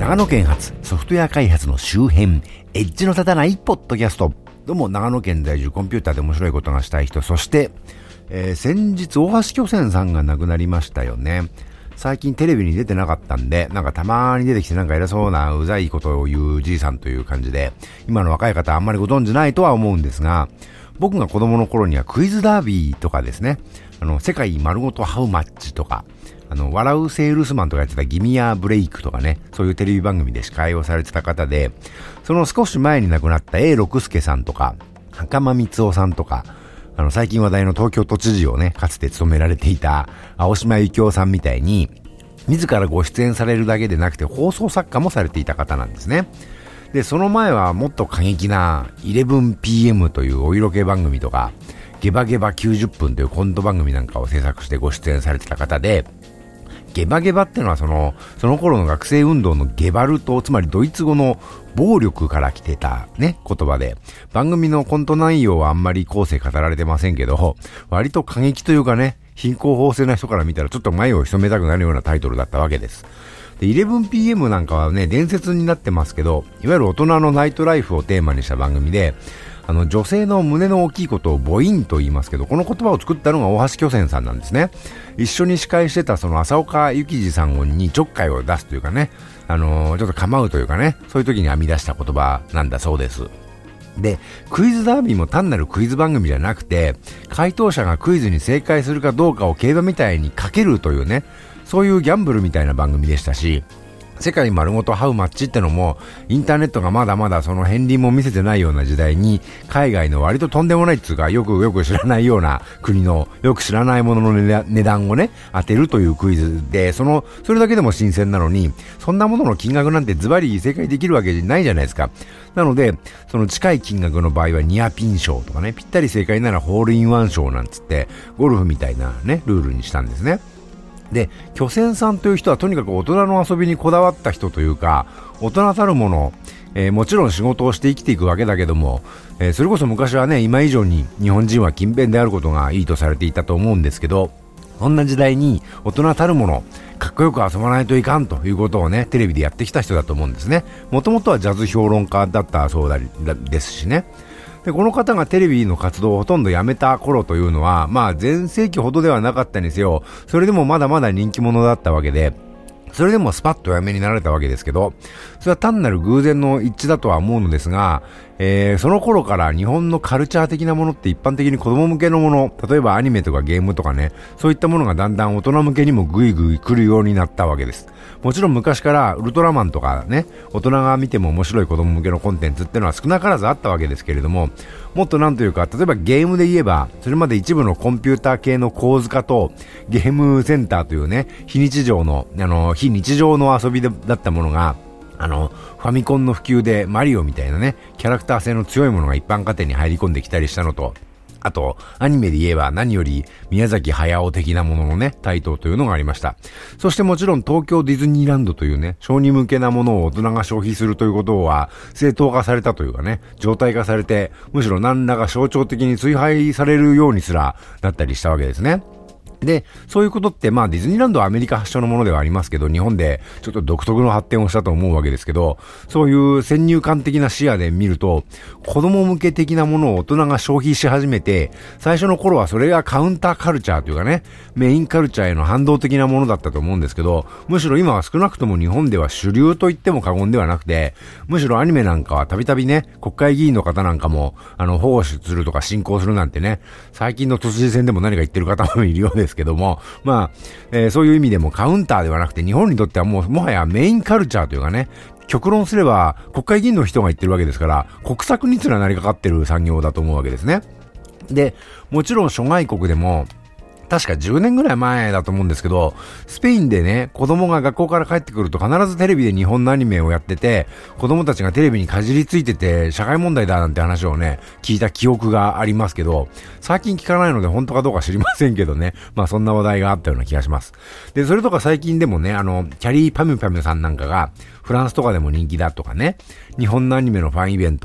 長野県発ソフトウェア開発の周辺、エッジの立たないポッドキャスト。どうも、長野県在住コンピューターで面白いことがしたい人、そして、先日大橋巨泉さんが亡くなりましたよね。最近テレビに出てなかったんで、なんかたまーに出てきてなんか偉そうなうざいことを言うじいさんという感じで、今の若い方あんまりご存知ないとは思うんですが、僕が子供の頃にはクイズダービーとかですね、世界丸ごとハウマッチとか、笑うセールスマンとかやってたギミアブレイクとかね、そういうテレビ番組で司会をされてた方で、その少し前に亡くなった A 六輔さんとか、袴光夫さんとか、最近話題の東京都知事をね、かつて務められていた青島幸男さんみたいに、自らご出演されるだけでなくて放送作家もされていた方なんですね。で、その前はもっと過激な 11PM というお色気番組とか、ゲバゲバ90分というコント番組なんかを制作してご出演されてた方で、ゲバゲバってのはその頃の学生運動のゲバルト、つまりドイツ語の暴力から来てたね、言葉で、番組のコント内容はあんまり後世語られてませんけど、割と過激というかね、貧困法制な人から見たらちょっと前を潜めたくなるようなタイトルだったわけです。で、11PM なんかはね、伝説になってますけど、いわゆる大人のナイトライフをテーマにした番組で、女性の胸の大きいことを母音と言いますけど、この言葉を作ったのが大橋巨泉さんなんですね。一緒に司会してたその浅岡幸二さんにちょっかいを出すというかね、ちょっと構うというかね、そういう時に編み出した言葉なんだそうです。で、クイズダービーも単なるクイズ番組じゃなくて、回答者がクイズに正解するかどうかを競馬みたいにかけるというね、そういうギャンブルみたいな番組でしたし、世界丸ごとハウマッチってのも、インターネットがまだまだその片鱗も見せてないような時代に、海外の割ととんでもないっつうか、よく知らないような国のよく知らないものの値段をね、当てるというクイズで、それだけでも新鮮なのに、そんなものの金額なんてズバリ正解できるわけじゃないじゃないですか。なので、その近い金額の場合はニアピン賞とかね、ぴったり正解ならホールインワン賞なんつって、ゴルフみたいなね、ルールにしたんですね。で、巨泉さんという人はとにかく大人の遊びにこだわった人というか、大人たるもの、もちろん仕事をして生きていくわけだけども、それこそ昔はね、今以上に日本人は勤勉であることがいいとされていたと思うんですけど、そんな時代に大人たるもの、かっこよく遊ばないといかんということをね、テレビでやってきた人だと思うんですね。もともとはジャズ評論家だったそうですしね。で、この方がテレビの活動をほとんどやめた頃というのは、まあ前世紀ほどではなかったにせよ、それでもまだまだ人気者だったわけで、それでもスパッとやめになられたわけですけど、それは単なる偶然の一致だとは思うのですが、その頃から日本のカルチャー的なものって一般的に子供向けのもの、例えばアニメとかゲームとかね、そういったものがだんだん大人向けにもグイグイ来るようになったわけです。もちろん昔からウルトラマンとかね、大人が見ても面白い子供向けのコンテンツってのは少なからずあったわけですけれども、もっとなんというか、例えばゲームで言えば、それまで一部のコンピューター系の構図化とゲームセンターというね、非日常の遊びだったものが、ファミコンの普及でマリオみたいなね、キャラクター性の強いものが一般家庭に入り込んできたりしたのと、あと、アニメで言えば何より宮崎駿的なもののね、台頭というのがありました。そしてもちろん東京ディズニーランドというね、小児向けなものを大人が消費するということは正当化されたというかね、常態化されて、むしろ何らか象徴的に崇拝されるようにすらなったりしたわけですね。で、そういうことって、まあディズニーランドはアメリカ発祥のものではありますけど、日本でちょっと独特の発展をしたと思うわけですけど、そういう先入観的な視野で見ると、子供向け的なものを大人が消費し始めて、最初の頃はそれがカウンターカルチャーというかね、メインカルチャーへの反動的なものだったと思うんですけど、むしろ今は少なくとも日本では主流と言っても過言ではなくて、むしろアニメなんかはたびたびね、国会議員の方なんかも、保護するとか進行するなんてね、最近の都知事選でも何か言ってる方もいるようですけども、まあ、そういう意味でもカウンターではなくて日本にとってはもはやメインカルチャーというかね、極論すれば国会議員の人が言ってるわけですから、国策につらなりかかってる産業だと思うわけですね。で、もちろん諸外国でも、確か10年ぐらい前だと思うんですけど、スペインでね、子供が学校から帰ってくると必ずテレビで日本のアニメをやってて、子供たちがテレビにかじりついてて社会問題だなんて話をね、聞いた記憶がありますけど、最近聞かないので本当かどうか知りませんけどね、まあそんな話題があったような気がします。で、それとか最近でもね、キャリーパミュパミュさんなんかがフランスとかでも人気だとかね、日本のアニメのファンイベントは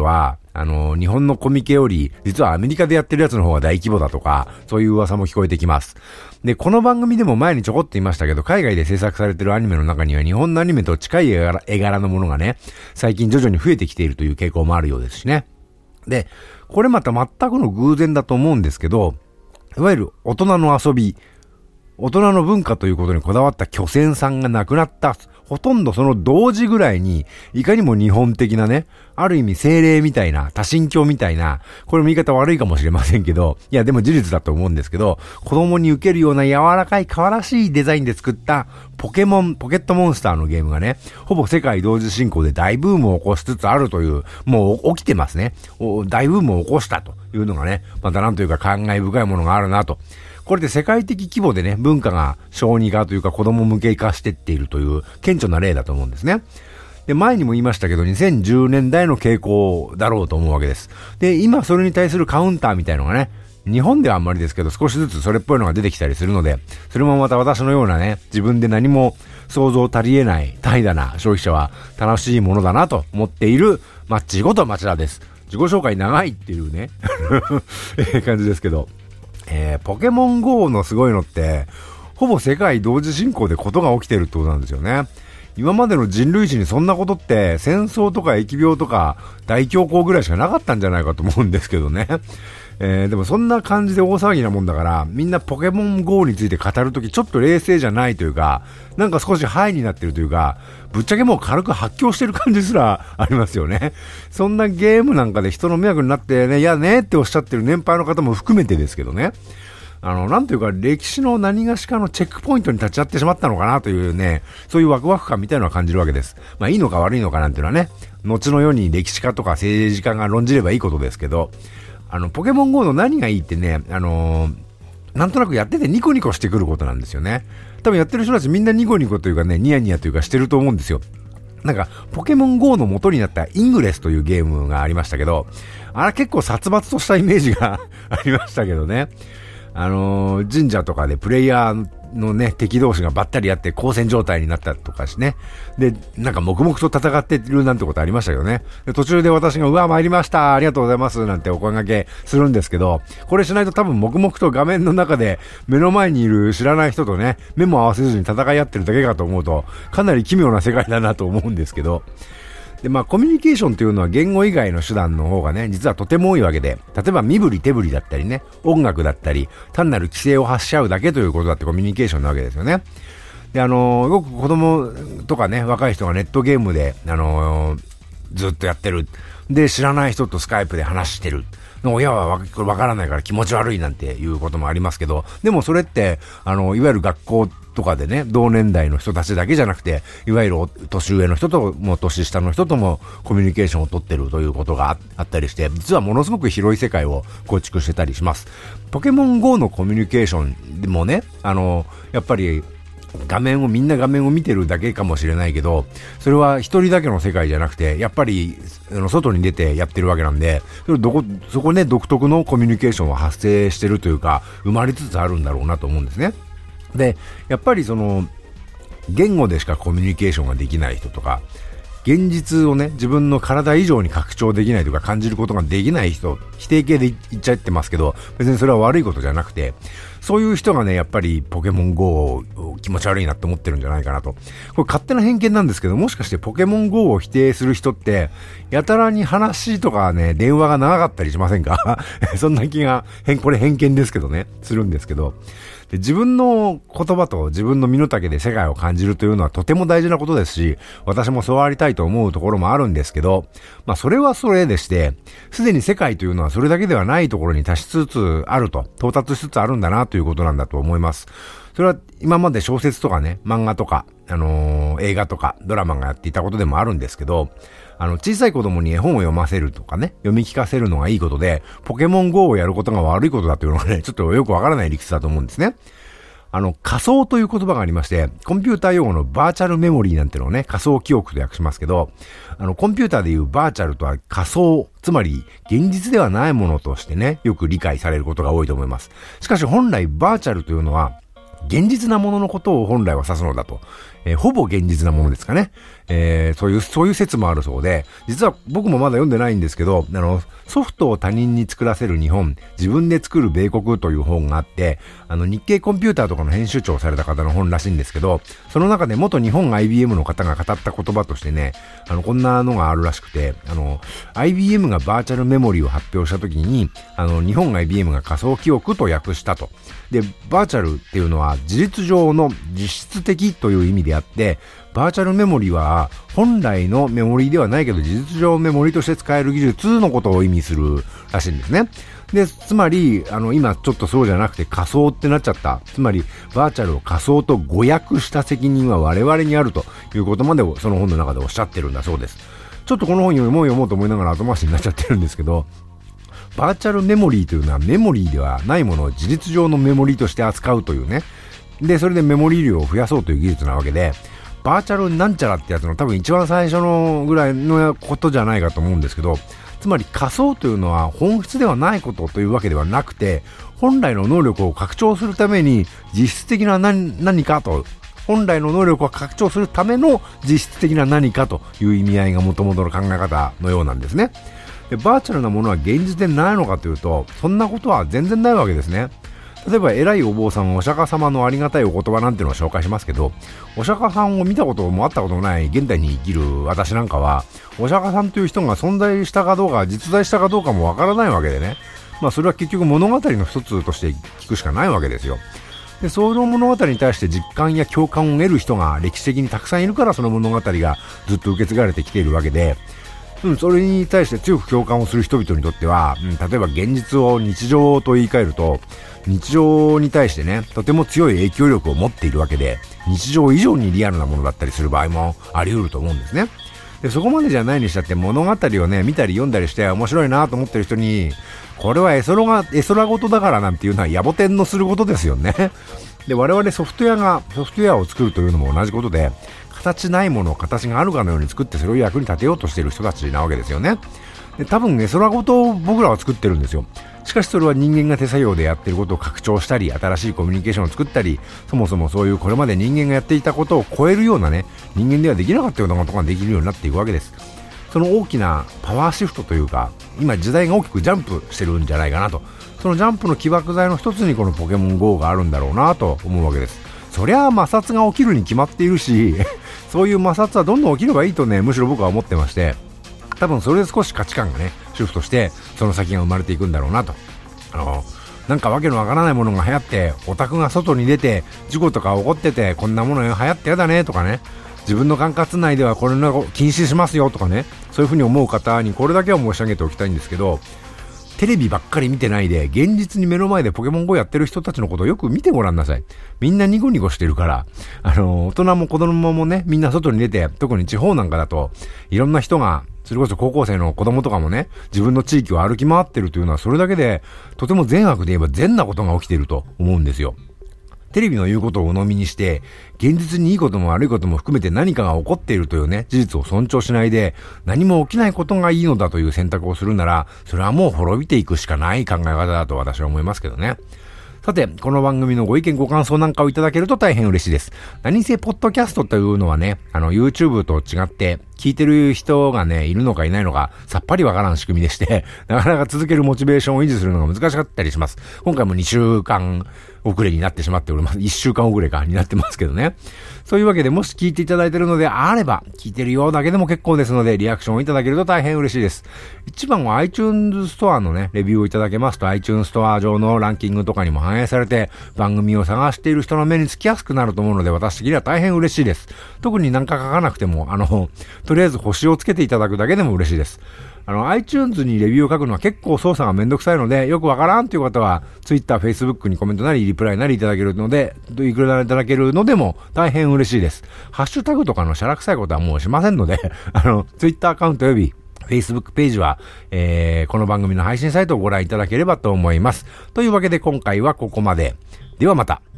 日本のコミケより、実はアメリカでやってるやつの方が大規模だとか、そういう噂も聞こえてきます。で、この番組でも前にちょこっと言いましたけど、海外で制作されてるアニメの中には日本のアニメと近い絵柄のものがね、最近徐々に増えてきているという傾向もあるようですしね。で、これまた全くの偶然だと思うんですけど、いわゆる大人の遊び、大人の文化ということにこだわった巨泉さんが亡くなった、ほとんどその同時ぐらいに、いかにも日本的なね、ある意味精霊みたいな、多神教みたいな、これも言い方悪いかもしれませんけど、いやでも事実だと思うんですけど、子供に受けるような柔らかい可愛らしいデザインで作ったポケットモンスターのゲームがね、ほぼ世界同時進行で大ブームを起こしつつあるという、もう起きてますね。大ブームを起こしたというのがね、またなんというか感慨深いものがあるなと。これで世界的規模でね、文化が小児化というか子供向け化してっているという顕著な例だと思うんですね。で、前にも言いましたけど、2010年代の傾向だろうと思うわけです。で、今それに対するカウンターみたいのがね、日本ではあんまりですけど、少しずつそれっぽいのが出てきたりするので、それもまた私のようなね、自分で何も想像足り得ない怠惰な消費者は楽しいものだなと思っているマッチーこと町田です。自己紹介長いっていうね、感じですけど。ポケモン GO のすごいのって、ほぼ世界同時進行でことが起きてるってことなんですよね。今までの人類史にそんなことって戦争とか疫病とか大恐慌ぐらいしかなかったんじゃないかと思うんですけどね。でもそんな感じで大騒ぎなもんだから、みんなポケモン GO について語るときちょっと冷静じゃないというか、なんか少しハイになってるというか、ぶっちゃけもう軽く発狂してる感じすらありますよね。そんなゲームなんかで人の迷惑になってね、いやねっておっしゃってる年配の方も含めてですけどね。なんというか歴史の何がしかのチェックポイントに立ち会ってしまったのかなというね、そういうワクワク感みたいなのは感じるわけです。まあいいのか悪いのかなんていうのはね、後の世に歴史家とか政治家が論じればいいことですけど、ポケモン GO の何がいいってね、なんとなくやっててニコニコしてくることなんですよね。多分やってる人たちみんなニコニコというかね、ニヤニヤというかしてると思うんですよ。なんか、ポケモン GO の元になったイングレスというゲームがありましたけど、あれ結構殺伐としたイメージがありましたけどね。神社とかでプレイヤーのね、敵同士がばったりやって交戦状態になったとかしね。で、なんか黙々と戦ってるなんてことありましたけどね。で、途中で私が、うわ、参りました、ありがとうございます、なんてお声掛けするんですけど、これしないと多分黙々と画面の中で目の前にいる知らない人とね、目も合わせずに戦い合ってるだけかと思うと、かなり奇妙な世界だなと思うんですけど、で、まあ、コミュニケーションというのは言語以外の手段の方がね、実はとても多いわけで、例えば身振り手振りだったりね、音楽だったり、単なる規制を発し合うだけということだってコミュニケーションなわけですよね。で、よく子供とかね、若い人がネットゲームで、ずっとやってる。で、知らない人とスカイプで話してる。親はわからないから気持ち悪いなんていうこともありますけど、でもそれって、いわゆる学校とかでね、同年代の人たちだけじゃなくて、いわゆる年上の人とも年下の人ともコミュニケーションを取ってるということがあったりして、実はものすごく広い世界を構築してたりします。ポケモン GO のコミュニケーションでもね、やっぱり、みんな画面を見てるだけかもしれないけど、それは一人だけの世界じゃなくて、やっぱり、外に出てやってるわけなんで、そこね、独特のコミュニケーションは発生してるというか、生まれつつあるんだろうなと思うんですね。で、やっぱり言語でしかコミュニケーションができない人とか、現実をね、自分の体以上に拡張できないとか感じることができない人、否定形で言っちゃってますけど、別にそれは悪いことじゃなくて、そういう人がね、やっぱりポケモン GO を気持ち悪いなって思ってるんじゃないかなと。これ勝手な偏見なんですけど、もしかしてポケモン GO を否定する人って、やたらに話とかね、電話が長かったりしませんかそんな気が、これ偏見ですけどね、するんですけど。で、自分の言葉と自分の身の丈で世界を感じるというのはとても大事なことですし、私もそうありたいと思うところもあるんですけど、まあそれはそれでして、すでに世界というのはそれだけではないところに達しつつあると、到達しつつあるんだなということなんだと思います。それは今まで小説とかね、漫画とか、映画とかドラマがやっていたことでもあるんですけど、小さい子供に絵本を読ませるとかね、読み聞かせるのがいいことで、ポケモン GO をやることが悪いことだというのがね、ちょっとよくわからない理屈だと思うんですね。仮想という言葉がありまして、コンピューター用語のバーチャルメモリーなんてのをね、仮想記憶と訳しますけど、コンピューターでいうバーチャルとは仮想、つまり現実ではないものとしてね、よく理解されることが多いと思います。しかし本来バーチャルというのは、現実なもののことを本来は指すのだと。ほぼ現実なものですかね。 そういう説もあるそうで、実は僕もまだ読んでないんですけど、ソフトを他人に作らせる日本、自分で作る米国という本があって、日経コンピューターとかの編集長をされた方の本らしいんですけど、その中で元日本 IBM の方が語った言葉としてね、こんなのがあるらしくて、IBM がバーチャルメモリーを発表した時に、日本 IBM が仮想記憶と訳したと。で、バーチャルっていうのは事実上の実質的という意味であって、バーチャルメモリは本来のメモリではないけど事実上メモリとして使える技術のことを意味するらしいんですね。で、つまり、今ちょっとそうじゃなくて仮想ってなっちゃった。つまり、バーチャルを仮想と誤訳した責任は我々にあるということまでをその本の中でおっしゃってるんだそうです。ちょっとこの本読もうと思いながら後回しになっちゃってるんですけど、バーチャルメモリーというのはメモリーではないものを事実上のメモリーとして扱うというね。で、それでメモリー量を増やそうという技術なわけで、バーチャルなんちゃらってやつの多分一番最初のぐらいのことじゃないかと思うんですけど、つまり仮想というのは本質ではないことというわけではなくて、本来の能力を拡張するために実質的な何かと、本来の能力を拡張するための実質的な何かという意味合いが元々の考え方のようなんですね。で、バーチャルなものは現実でないのかというと、そんなことは全然ないわけですね。例えば偉いお坊さんお釈迦様のありがたいお言葉なんていうのを紹介しますけど、お釈迦さんを見たこともあったこともない現代に生きる私なんかは、お釈迦さんという人が存在したかどうか実在したかどうかもわからないわけでね、それは結局物語の一つとして聞くしかないわけですよ。で、その物語に対して実感や共感を得る人が歴史的にたくさんいるから、その物語がずっと受け継がれてきているわけで、それに対して強く共感をする人々にとっては、例えば現実を日常と言い換えると、日常に対してね、とても強い影響力を持っているわけで、日常以上にリアルなものだったりする場合もあり得ると思うんですね。で、そこまでじゃないにしたって物語をね、見たり読んだりして面白いなと思ってる人に、これは絵空事だからなんていうのは野暮天のすることですよね。で、我々ソフトウェアを作るというのも同じことで、形ないものを形があるかのように作ってそれを役に立てようとしている人たちなわけですよね。で、多分絵空事を僕らは作ってるんですよ。しかしそれは人間が手作業でやっていることを拡張したり、新しいコミュニケーションを作ったり、そもそもそういうこれまで人間がやっていたことを超えるようなね、人間ではできなかったようなことができるようになっていくわけです。その大きなパワーシフトというか、今時代が大きくジャンプしてるんじゃないかなと。そのジャンプの起爆剤の一つにこのポケモン GO があるんだろうなと思うわけです。そりゃあ摩擦が起きるに決まっているし、そういう摩擦はどんどん起きればいいとね、むしろ僕は思ってまして、多分それで少し価値観がね、シフトして、その先が生まれていくんだろうなと。なんかわけのわからないものが流行って、オタクが外に出て、事故とか起こってて、こんなもの流行ってやだねとかね、自分の管轄内ではこれの禁止しますよとかね、そういう風に思う方にこれだけは申し上げておきたいんですけど、テレビばっかり見てないで、現実に目の前でポケモン GO やってる人たちのことをよく見てごらんなさい。みんなニコニコしてるから、大人も子供もね、みんな外に出て、特に地方なんかだと、いろんな人が、それこそ高校生の子供とかもね、自分の地域を歩き回ってるというのは、それだけで、とても善悪で言えば善なことが起きていると思うんですよ。テレビの言うことを鵜呑みにして、現実にいいことも悪いことも含めて何かが起こっているというね、事実を尊重しないで、何も起きないことがいいのだという選択をするなら、それはもう滅びていくしかない考え方だと私は思いますけどね。さて、この番組のご意見ご感想なんかをいただけると大変嬉しいです。何せポッドキャストというのはね、YouTube と違って、聞いてる人がね、いるのかいないのか、さっぱりわからん仕組みでして、なかなか続けるモチベーションを維持するのが難しかったりします。今回も2週間遅れになってしまっております。1週間遅れかになってますけどね。そういうわけで、もし聞いていただいているのであれば、聞いてるようだけでも結構ですので、リアクションをいただけると大変嬉しいです。一番は iTunes ストアのね、レビューをいただけますと、iTunes ストア上のランキングとかにも反映されて、番組を探している人の目につきやすくなると思うので、私的には大変嬉しいです。特になんか書かなくても、とりあえず星をつけていただくだけでも嬉しいです。iTunes にレビューを書くのは結構操作がめんどくさいので、よくわからんという方は、Twitter、Facebook にコメントなり、リプライなりいただけるので、いくらいただけるのでも大変嬉しいです。ハッシュタグとかのしゃらくさいことはもうしませんので、Twitter アカウント及び、Facebook ページは、この番組の配信サイトをご覧いただければと思います。というわけで今回はここまで。ではまた。